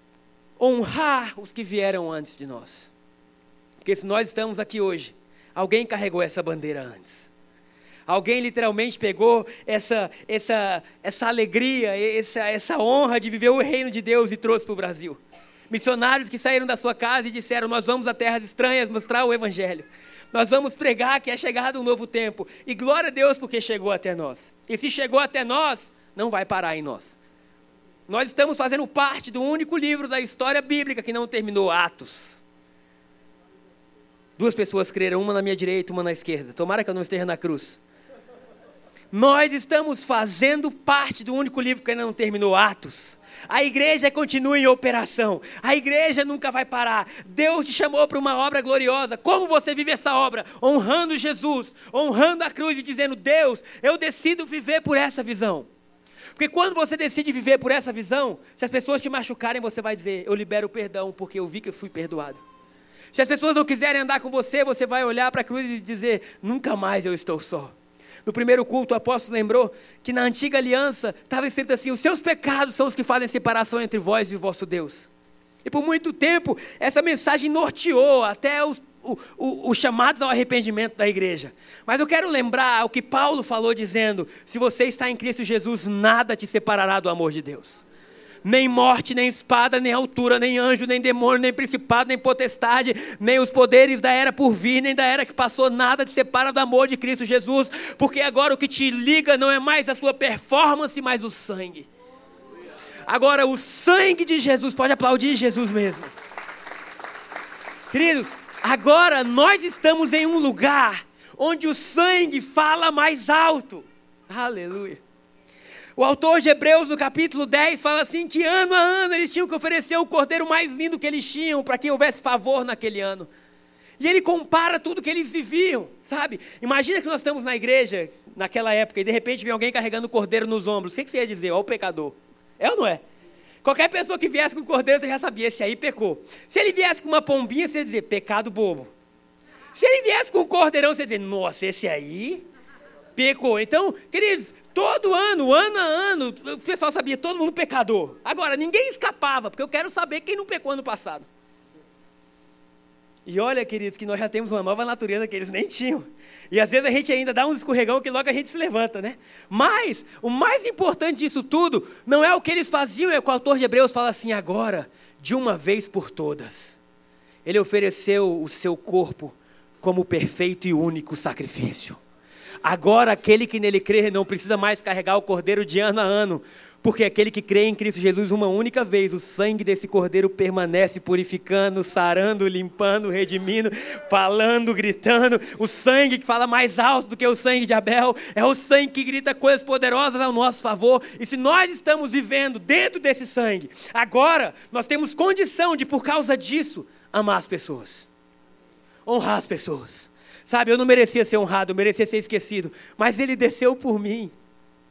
honrar os que vieram antes de nós. Porque se nós estamos aqui hoje, alguém carregou essa bandeira antes. Alguém literalmente pegou essa, essa, essa alegria, essa, essa honra de viver o reino de Deus e trouxe para o Brasil. Missionários que saíram da sua casa e disseram, nós vamos a terras estranhas mostrar o Evangelho. Nós vamos pregar que é chegado um novo tempo. E glória a Deus porque chegou até nós. E se chegou até nós, não vai parar em nós. Nós estamos fazendo parte do único livro da história bíblica que não terminou, Atos. Duas pessoas creram, uma na minha direita, uma na esquerda. Tomara que eu não esteja na cruz. Nós estamos fazendo parte do único livro que ainda não terminou, Atos. A igreja continua em operação. A igreja nunca vai parar. Deus te chamou para uma obra gloriosa. Como você vive essa obra? Honrando Jesus, honrando a cruz e dizendo, Deus, eu decido viver por essa visão. Porque quando você decide viver por essa visão, se as pessoas te machucarem, você vai dizer, eu libero o perdão, porque eu vi que eu fui perdoado. Se as pessoas não quiserem andar com você, você vai olhar para a cruz e dizer, nunca mais eu estou só. No primeiro culto, o apóstolo lembrou que na antiga aliança estava escrito assim, os seus pecados são os que fazem separação entre vós e o vosso Deus. E por muito tempo, essa mensagem norteou até os, o, o, os chamados ao arrependimento da igreja. Mas eu quero lembrar o que Paulo falou dizendo, se você está em Cristo Jesus, nada te separará do amor de Deus. Nem morte, nem espada, nem altura, nem anjo, nem demônio, nem principado, nem potestade, nem os poderes da era por vir, nem da era que passou, nada te separa do amor de Cristo Jesus, porque agora o que te liga não é mais a sua performance, mas o sangue. Agora o sangue de Jesus, pode aplaudir Jesus mesmo. Queridos, agora nós estamos em um lugar onde o sangue fala mais alto. Aleluia. O autor de Hebreus, no capítulo dez, fala assim que ano a ano eles tinham que oferecer o cordeiro mais lindo que eles tinham para que houvesse favor naquele ano. E ele compara tudo que eles viviam, sabe? Imagina que nós estamos na igreja naquela época e de repente vem alguém carregando o cordeiro nos ombros. O que você ia dizer? Ó, o pecador. É ou não é? Qualquer pessoa que viesse com o cordeiro, você já sabia, esse aí pecou. Se ele viesse com uma pombinha, você ia dizer, pecado bobo. Se ele viesse com o cordeirão, você ia dizer, nossa, esse aí pecou. Então, queridos, todo ano, ano a ano, o pessoal sabia, todo mundo pecador. Agora, ninguém escapava, porque eu quero saber quem não pecou ano passado. E olha, queridos, que nós já temos uma nova natureza que eles nem tinham. E às vezes a gente ainda dá um escorregão que logo a gente se levanta, né? Mas o mais importante disso tudo não é o que eles faziam, é o que o autor de Hebreus fala assim, agora, de uma vez por todas, ele ofereceu o seu corpo como perfeito e único sacrifício. Agora aquele que nele crê não precisa mais carregar o cordeiro de ano a ano, porque aquele que crê em Cristo Jesus uma única vez, o sangue desse cordeiro permanece purificando, sarando, limpando, redimindo, falando, gritando. O sangue que fala mais alto do que o sangue de Abel, é o sangue que grita coisas poderosas ao nosso favor. E se nós estamos vivendo dentro desse sangue, agora nós temos condição de, por causa disso, amar as pessoas, honrar as pessoas. Sabe, eu não merecia ser honrado, eu merecia ser esquecido, mas ele desceu por mim.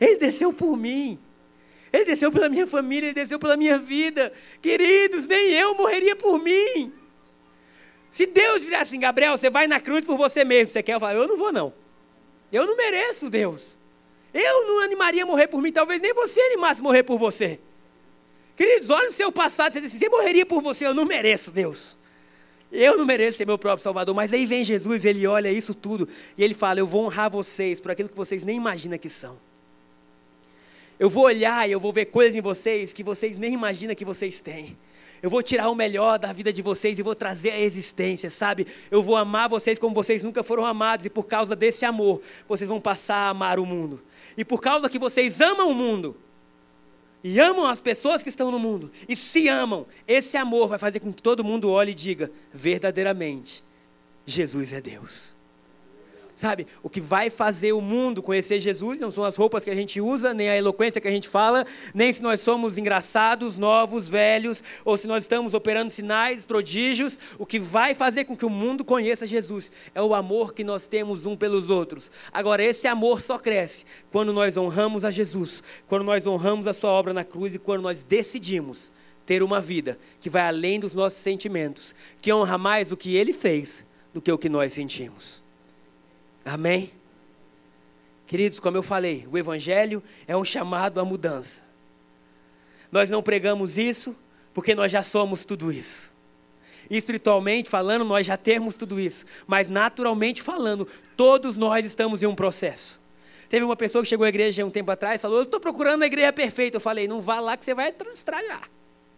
Ele desceu por mim. Ele desceu pela minha família, Ele desceu pela minha vida. Queridos, nem eu morreria por mim. Se Deus virar assim, Gabriel, você vai na cruz por você mesmo, você quer? Eu falo, eu não vou não. Eu não mereço, Deus. Eu não animaria a morrer por mim, talvez nem você animasse a morrer por você. Queridos, olha o seu passado, você diz assim, você morreria por você, eu não mereço, Deus. Eu não mereço ser meu próprio Salvador, mas aí vem Jesus, Ele olha isso tudo e Ele fala, eu vou honrar vocês por aquilo que vocês nem imaginam que são. Eu vou olhar e eu vou ver coisas em vocês que vocês nem imaginam que vocês têm. Eu vou tirar o melhor da vida de vocês e vou trazer a existência, sabe? Eu vou amar vocês como vocês nunca foram amados. E por causa desse amor, vocês vão passar a amar o mundo. E por causa que vocês amam o mundo, e amam as pessoas que estão no mundo, e se amam, esse amor vai fazer com que todo mundo olhe e diga, verdadeiramente, Jesus é Deus. Sabe, o que vai fazer o mundo conhecer Jesus não são as roupas que a gente usa, nem a eloquência que a gente fala, nem se nós somos engraçados, novos, velhos, ou se nós estamos operando sinais, prodígios. O que vai fazer com que o mundo conheça Jesus é o amor que nós temos um pelos outros. Agora, esse amor só cresce quando nós honramos a Jesus, quando nós honramos a sua obra na cruz e quando nós decidimos ter uma vida que vai além dos nossos sentimentos, que honra mais o que Ele fez do que o que nós sentimos. Amém? Queridos, como eu falei, o Evangelho é um chamado à mudança. Nós não pregamos isso porque nós já somos tudo isso. Espiritualmente falando, nós já temos tudo isso. Mas naturalmente falando, todos nós estamos em um processo. Teve uma pessoa que chegou à igreja um tempo atrás e falou, eu estou procurando a igreja perfeita. Eu falei, não vá lá que você vai estragar.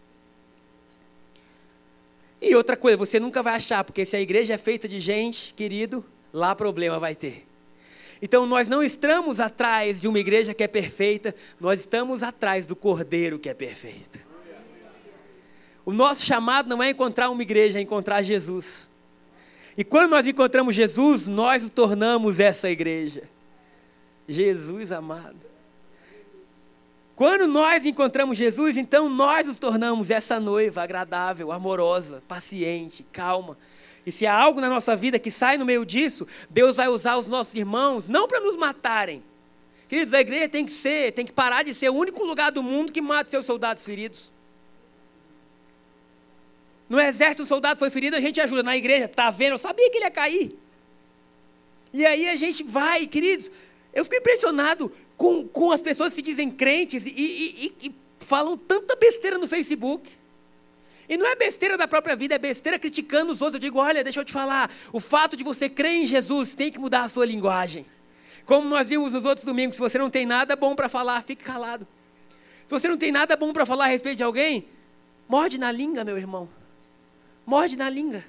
E outra coisa, você nunca vai achar, porque se a igreja é feita de gente, querido, lá problema vai ter. Então nós não estamos atrás de uma igreja que é perfeita, nós estamos atrás do Cordeiro que é perfeito. O nosso chamado não é encontrar uma igreja, é encontrar Jesus. E quando nós encontramos Jesus, nós o tornamos essa igreja. Jesus amado. Quando nós encontramos Jesus, então nós nos tornamos essa noiva agradável, amorosa, paciente, calma. E se há algo na nossa vida que sai no meio disso, Deus vai usar os nossos irmãos, não para nos matarem. Queridos, a igreja tem que ser, tem que parar de ser o único lugar do mundo que mata seus soldados feridos. No exército, o soldado foi ferido, a gente ajuda. Na igreja, tá vendo? Eu sabia que ele ia cair. E aí a gente vai, queridos. Eu fico impressionado com, com as pessoas que se dizem crentes e, e, e, e falam tanta besteira no Facebook. E não é besteira da própria vida, é besteira criticando os outros. Eu digo, olha, deixa eu te falar, o fato de você crer em Jesus tem que mudar a sua linguagem. Como nós vimos nos outros domingos, se você não tem nada bom para falar, fique calado. Se você não tem nada bom para falar a respeito de alguém, morde na língua, meu irmão. Morde na língua.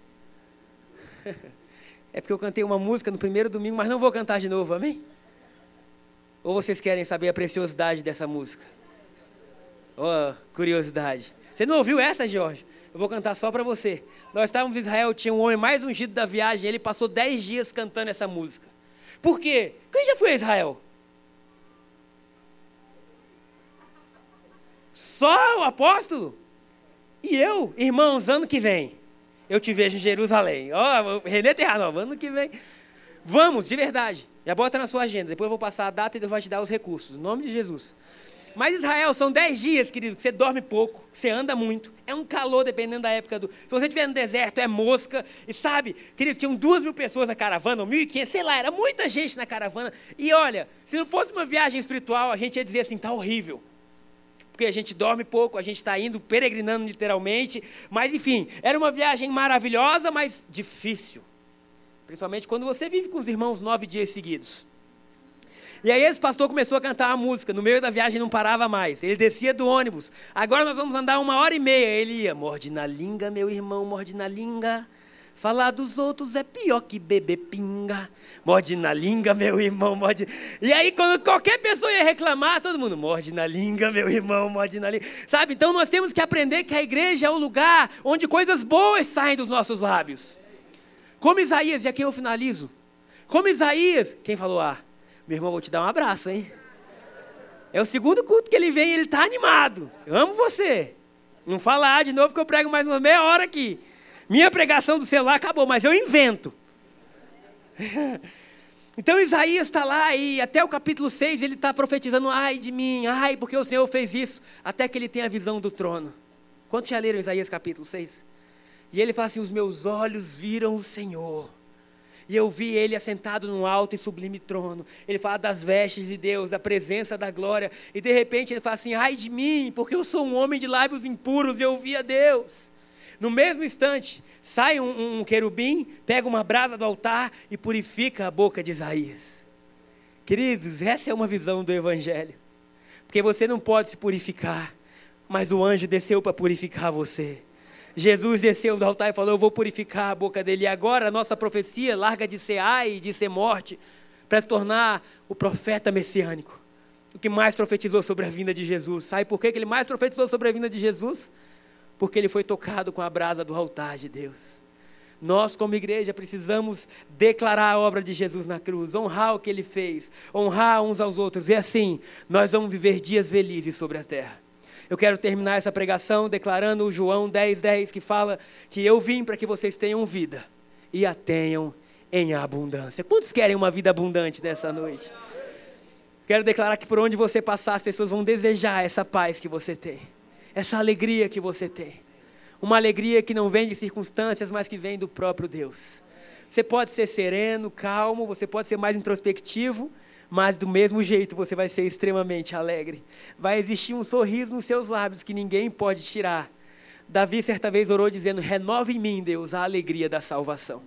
É porque eu cantei uma música no primeiro domingo, mas não vou cantar de novo, amém? Ou vocês querem saber a preciosidade dessa música? Oh, curiosidade. Você não ouviu essa, Jorge? Eu vou cantar só para você. Nós estávamos em Israel, tinha um homem mais ungido da viagem, ele passou dez dias cantando essa música. Por quê? Quem já foi a Israel? Só o apóstolo? E eu, irmãos, ano que vem, eu te vejo em Jerusalém. Ó, oh, Renê Terranova, ano que vem. Vamos, de verdade. Já bota na sua agenda, depois eu vou passar a data e Deus vai te dar os recursos. Em nome de Jesus. Mas Israel, são dez dias, querido, que você dorme pouco, você anda muito, é um calor dependendo da época do... Se você estiver no deserto, é mosca, e sabe, querido, tinham duas mil pessoas na caravana, ou mil e quinhentas, sei lá, era muita gente na caravana, e olha, se não fosse uma viagem espiritual, a gente ia dizer assim, tá horrível, porque a gente dorme pouco, a gente está indo, peregrinando literalmente, mas enfim, era uma viagem maravilhosa, mas difícil, principalmente quando você vive com os irmãos nove dias seguidos. E aí esse pastor começou a cantar a música, no meio da viagem não parava mais, ele descia do ônibus, agora nós vamos andar uma hora e meia, ele ia, morde na língua, meu irmão, morde na língua, falar dos outros é pior que beber pinga, morde na língua, meu irmão, morde... E aí quando qualquer pessoa ia reclamar, todo mundo, morde na língua, meu irmão, morde na língua, sabe? Então nós temos que aprender que a igreja é o lugar onde coisas boas saem dos nossos lábios, como Isaías, e aqui eu finalizo, como Isaías, quem falou ah? Meu irmão, vou te dar um abraço, hein? É o segundo culto que ele vem e ele está animado. Eu amo você. Não fala ah, de novo que eu prego mais uma meia hora aqui. Minha pregação do celular acabou, mas eu invento. Então Isaías está lá e até o capítulo seis ele está profetizando, ai de mim, ai porque o Senhor fez isso, até que ele tem a visão do trono. Quantos já leram Isaías capítulo seis? E ele fala assim, os meus olhos viram o Senhor, e eu vi ele assentado num alto e sublime trono. Ele fala das vestes de Deus, da presença da glória, e de repente ele fala assim, ai de mim, porque eu sou um homem de lábios impuros e eu vi a Deus. No mesmo instante, sai um, um querubim, pega uma brasa do altar e purifica a boca de Isaías. Queridos, essa é uma visão do Evangelho. Porque você não pode se purificar, mas o anjo desceu para purificar você. Jesus desceu do altar e falou, eu vou purificar a boca dele. E agora a nossa profecia larga de ser ai e de ser morte, para se tornar o profeta messiânico. O que mais profetizou sobre a vinda de Jesus. Sabe por que ele mais profetizou sobre a vinda de Jesus? Porque ele foi tocado com a brasa do altar de Deus. Nós, como igreja, precisamos declarar a obra de Jesus na cruz, honrar o que ele fez, honrar uns aos outros, e assim, nós vamos viver dias felizes sobre a terra. Eu quero terminar essa pregação declarando o João dez, dez, que fala que eu vim para que vocês tenham vida, e a tenham em abundância. Quantos querem uma vida abundante nessa noite? Quero declarar que por onde você passar, as pessoas vão desejar essa paz que você tem. Essa alegria que você tem. Uma alegria que não vem de circunstâncias, mas que vem do próprio Deus. Você pode ser sereno, calmo, você pode ser mais introspectivo, mas do mesmo jeito você vai ser extremamente alegre. Vai existir um sorriso nos seus lábios que ninguém pode tirar. Davi certa vez orou dizendo, renova em mim, Deus, a alegria da salvação.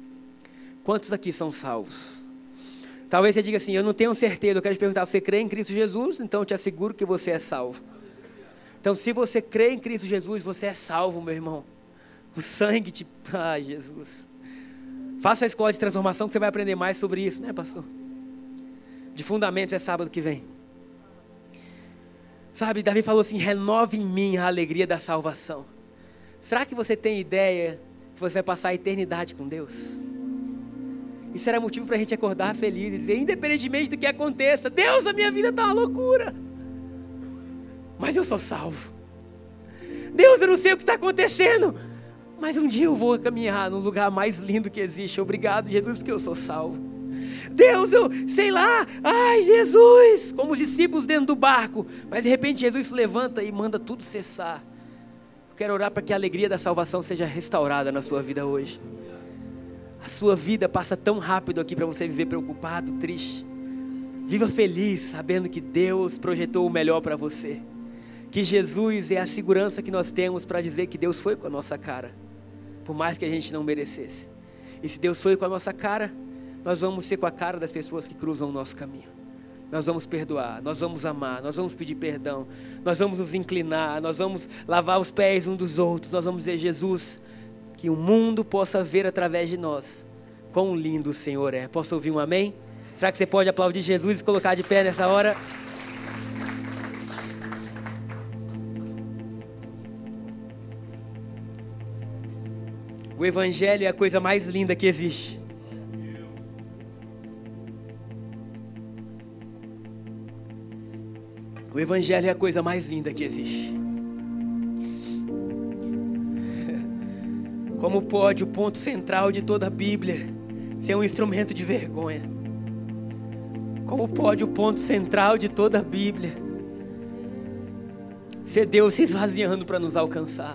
Quantos aqui são salvos? Talvez você diga assim, eu não tenho certeza, eu quero te perguntar, você crê em Cristo Jesus? Então eu te asseguro que você é salvo. Então, se você crê em Cristo Jesus, você é salvo, meu irmão. O sangue te... Ai, Jesus. Faça a escola de transformação que você vai aprender mais sobre isso, né, pastor? De fundamentos é sábado que vem. Sabe, Davi falou assim, renove em mim a alegria da salvação. Será que você tem ideia que você vai passar a eternidade com Deus? Isso era motivo para a gente acordar feliz e dizer, independentemente do que aconteça, Deus, a minha vida está uma loucura. Mas eu sou salvo. Deus, eu não sei o que está acontecendo, mas um dia eu vou caminhar no lugar mais lindo que existe. Obrigado, Jesus, porque eu sou salvo. Deus, eu sei lá, ai Jesus, como os discípulos dentro do barco, mas de repente Jesus se levanta e manda tudo cessar. Eu quero orar para que a alegria da salvação seja restaurada na sua vida hoje. A sua vida passa tão rápido aqui para você viver preocupado, triste. Viva feliz, sabendo que Deus projetou o melhor para você. Que Jesus é a segurança que nós temos para dizer que Deus foi com a nossa cara, por mais que a gente não merecesse. E se Deus foi com a nossa cara, nós vamos ser com a cara das pessoas que cruzam o nosso caminho. Nós vamos perdoar, nós vamos amar, nós vamos pedir perdão, nós vamos nos inclinar, nós vamos lavar os pés uns dos outros, nós vamos dizer, Jesus, que o mundo possa ver através de nós quão lindo o Senhor é. Posso ouvir um amém? Será que você pode aplaudir Jesus e colocar de pé nessa hora? O Evangelho é a coisa mais linda que existe. O Evangelho é a coisa mais linda que existe. Como pode o ponto central de toda a Bíblia ser um instrumento de vergonha? Como pode o ponto central de toda a Bíblia ser Deus se esvaziando para nos alcançar?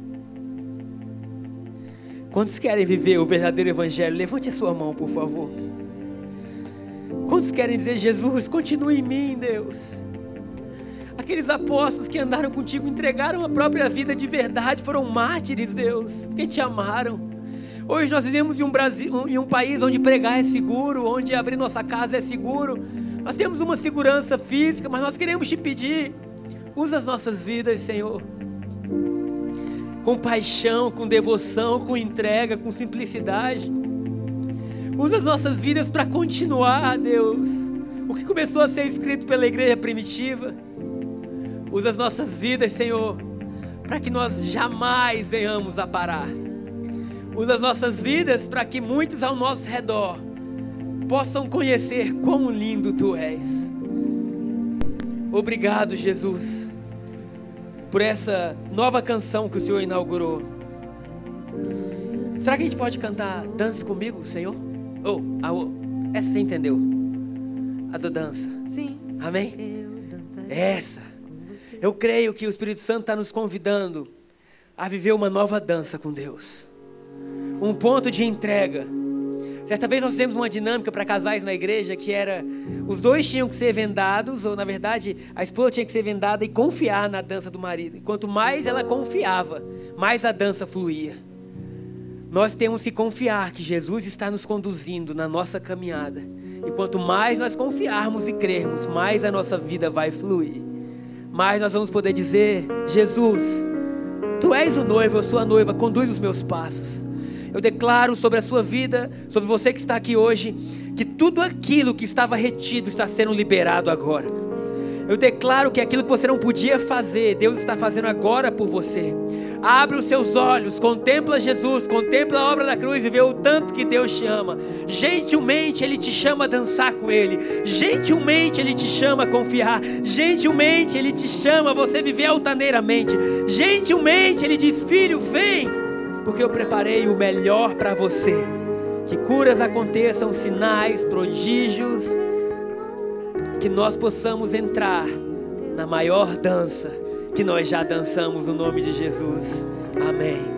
Quantos querem viver o verdadeiro Evangelho? Levante a sua mão, por favor. Quantos querem dizer, Jesus, continue em mim, Deus? Aqueles apóstolos que andaram contigo, entregaram a própria vida de verdade, foram mártires, Deus, porque te amaram. Hoje nós vivemos em um, Brasil, em um país onde pregar é seguro, onde abrir nossa casa é seguro. Nós temos uma segurança física, mas nós queremos te pedir, usa as nossas vidas, Senhor, com paixão, com devoção, com entrega, com simplicidade. Usa as nossas vidas para continuar, Deus, o que começou a ser escrito pela igreja primitiva. Usa as nossas vidas, Senhor, para que nós jamais venhamos a parar. Usa as nossas vidas para que muitos ao nosso redor possam conhecer quão lindo Tu és. Obrigado, Jesus, por essa nova canção que o Senhor inaugurou. Será que a gente pode cantar Dance Comigo, Senhor? Oh, ah, oh. Essa você entendeu? A da dança. Sim. Amém? Essa. Eu creio que o Espírito Santo está nos convidando a viver uma nova dança com Deus. Um ponto de entrega. Certa vez nós fizemos uma dinâmica para casais na igreja que era, os dois tinham que ser vendados, ou na verdade a esposa tinha que ser vendada e confiar na dança do marido. E quanto mais ela confiava, mais a dança fluía. Nós temos que confiar que Jesus está nos conduzindo na nossa caminhada. E quanto mais nós confiarmos e crermos, mais a nossa vida vai fluir. Mais nós vamos poder dizer: Jesus, Tu és o noivo, eu sou a noiva, conduz os meus passos. Eu declaro sobre a sua vida, sobre você que está aqui hoje, que tudo aquilo que estava retido está sendo liberado agora. Eu declaro que aquilo que você não podia fazer, Deus está fazendo agora por você. Abre os seus olhos, contempla Jesus, contempla a obra da cruz e vê o tanto que Deus te ama. Gentilmente Ele te chama a dançar com Ele. Gentilmente Ele te chama a confiar. Gentilmente Ele te chama a você viver altaneiramente. Gentilmente Ele diz: filho, vem, porque eu preparei o melhor para você. Que curas aconteçam, sinais, prodígios, que nós possamos entrar na maior dança que nós já dançamos no nome de Jesus. Amém.